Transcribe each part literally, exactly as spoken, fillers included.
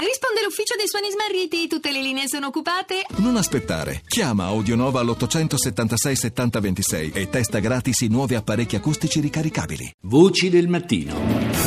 Risponde l'ufficio dei suoni smarriti, tutte le linee sono occupate. Non aspettare, chiama Audionova all'ottocentosettantasei settanta ventisei e testa gratis i nuovi apparecchi acustici ricaricabili. Voci del mattino.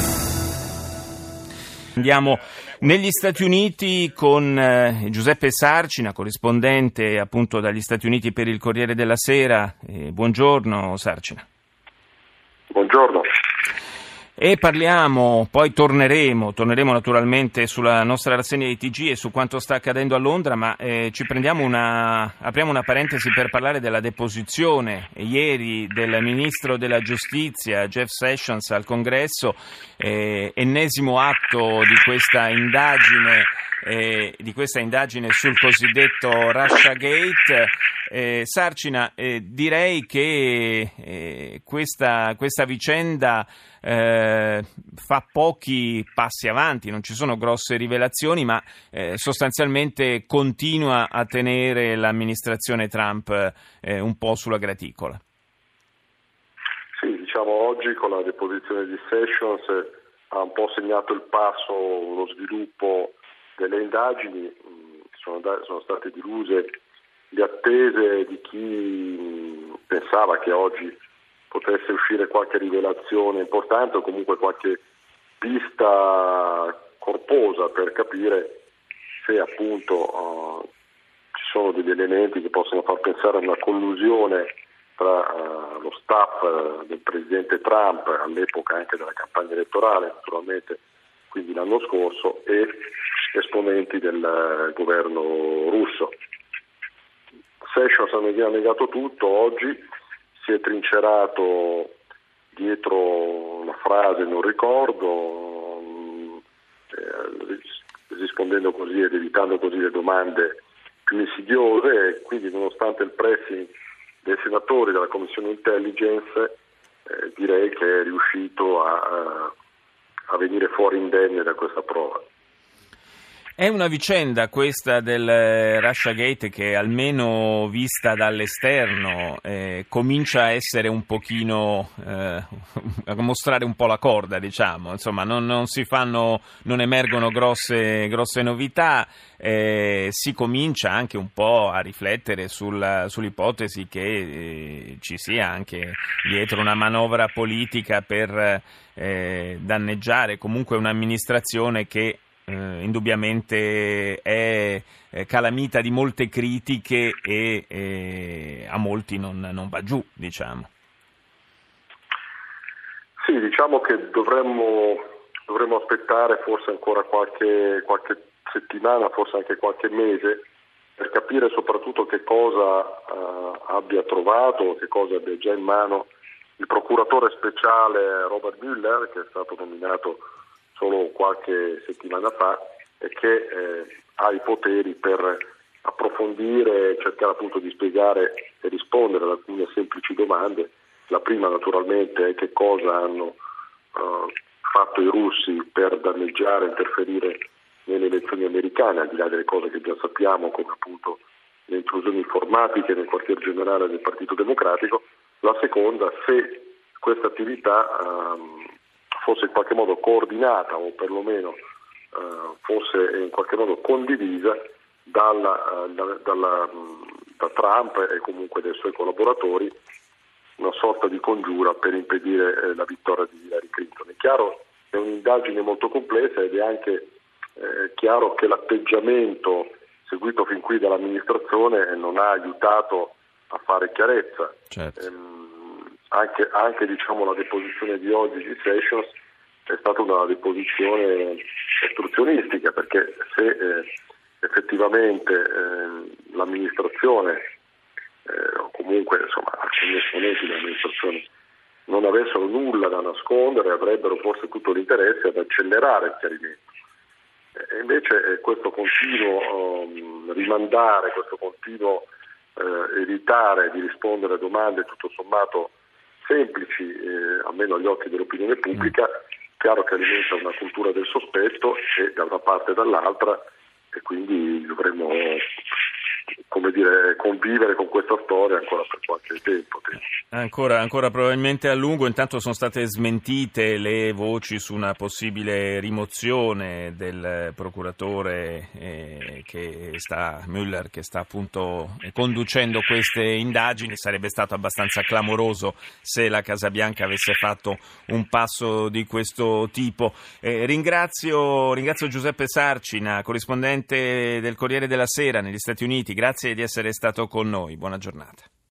Andiamo negli Stati Uniti con eh, Giuseppe Sarcina, corrispondente appunto dagli Stati Uniti per il Corriere della Sera. Eh, buongiorno Sarcina. Buongiorno. E parliamo, poi torneremo, torneremo naturalmente sulla nostra rassegna di T G e su quanto sta accadendo a Londra, ma eh, ci prendiamo una, apriamo una parentesi per parlare della deposizione ieri del Ministro della Giustizia Jeff Sessions al Congresso, eh, ennesimo atto di questa indagine, eh, di questa indagine sul cosiddetto Russiagate. Eh, Sarcina, eh, direi che eh, questa, questa vicenda eh, fa pochi passi avanti, non ci sono grosse rivelazioni, ma eh, sostanzialmente continua a tenere l'amministrazione Trump eh, un po' sulla graticola. Sì, diciamo oggi con la deposizione di Sessions ha un po' segnato il passo, lo sviluppo delle indagini, sono, sono state diluse le attese di chi pensava che oggi potesse uscire qualche rivelazione importante o comunque qualche pista corposa per capire se appunto uh, ci sono degli elementi che possono far pensare a una collusione tra uh, lo staff uh, del presidente Trump, all'epoca anche della campagna elettorale naturalmente, quindi l'anno scorso, e esponenti del uh, governo russo. Sessions ha negato tutto, oggi si è trincerato dietro una frase, non ricordo, eh, rispondendo così ed evitando così le domande più insidiose, e quindi nonostante il pressing dei senatori della Commissione Intelligence, eh, direi che è riuscito a, a venire fuori indenne da questa prova. È una vicenda questa del Russiagate che almeno vista dall'esterno eh, comincia a essere un pochino eh, a mostrare un po' la corda, diciamo, insomma non, non si fanno, non emergono grosse, grosse novità, eh, si comincia anche un po' a riflettere sulla, sull'ipotesi che eh, ci sia anche dietro una manovra politica per eh, danneggiare comunque un'amministrazione che Uh, indubbiamente è eh, calamita di molte critiche e eh, a molti non, non va giù, diciamo. Sì, diciamo che dovremmo, dovremmo aspettare forse ancora qualche, qualche settimana, forse anche qualche mese, per capire soprattutto che cosa uh, abbia trovato, che cosa abbia già in mano il procuratore speciale Robert Mueller, che è stato nominato solo qualche settimana fa e che eh, ha i poteri per approfondire e cercare appunto di spiegare e rispondere ad alcune semplici domande. La prima naturalmente è che cosa hanno uh, fatto i russi per danneggiare e interferire nelle elezioni americane, al di là delle cose che già sappiamo, come appunto le intrusioni informatiche nel quartier generale del Partito Democratico. La seconda, se questa attività um, fosse in qualche modo coordinata o perlomeno uh, fosse in qualche modo condivisa dalla, uh, da, dalla, da Trump e comunque dai suoi collaboratori, una sorta di congiura per impedire eh, la vittoria di Hillary Clinton. È chiaro, è un'indagine molto complessa ed è anche eh, chiaro che l'atteggiamento seguito fin qui dall'amministrazione non ha aiutato a fare chiarezza. Certo. Ehm, Anche, anche diciamo la deposizione di oggi di Sessions è stata una deposizione ostruzionistica, perché se eh, effettivamente eh, l'amministrazione eh, o comunque insomma alcuni esponenti dell'amministrazione non avessero nulla da nascondere, avrebbero forse tutto l'interesse ad accelerare il chiarimento. E invece eh, questo continuo um, rimandare, questo continuo eh, evitare di rispondere a domande tutto sommato semplici, eh, almeno agli occhi dell'opinione pubblica, chiaro che alimenta una cultura del sospetto e da una parte e dall'altra, e quindi dovremmo come dire, convivere con questa storia ancora per qualche tempo. Ancora, ancora probabilmente a lungo. Intanto sono state smentite le voci su una possibile rimozione del procuratore eh, che sta, Müller, che sta appunto conducendo queste indagini. Sarebbe stato abbastanza clamoroso se la Casa Bianca avesse fatto un passo di questo tipo. Eh, ringrazio, ringrazio Giuseppe Sarcina, corrispondente del Corriere della Sera negli Stati Uniti. Grazie di essere stato con noi. Buona giornata.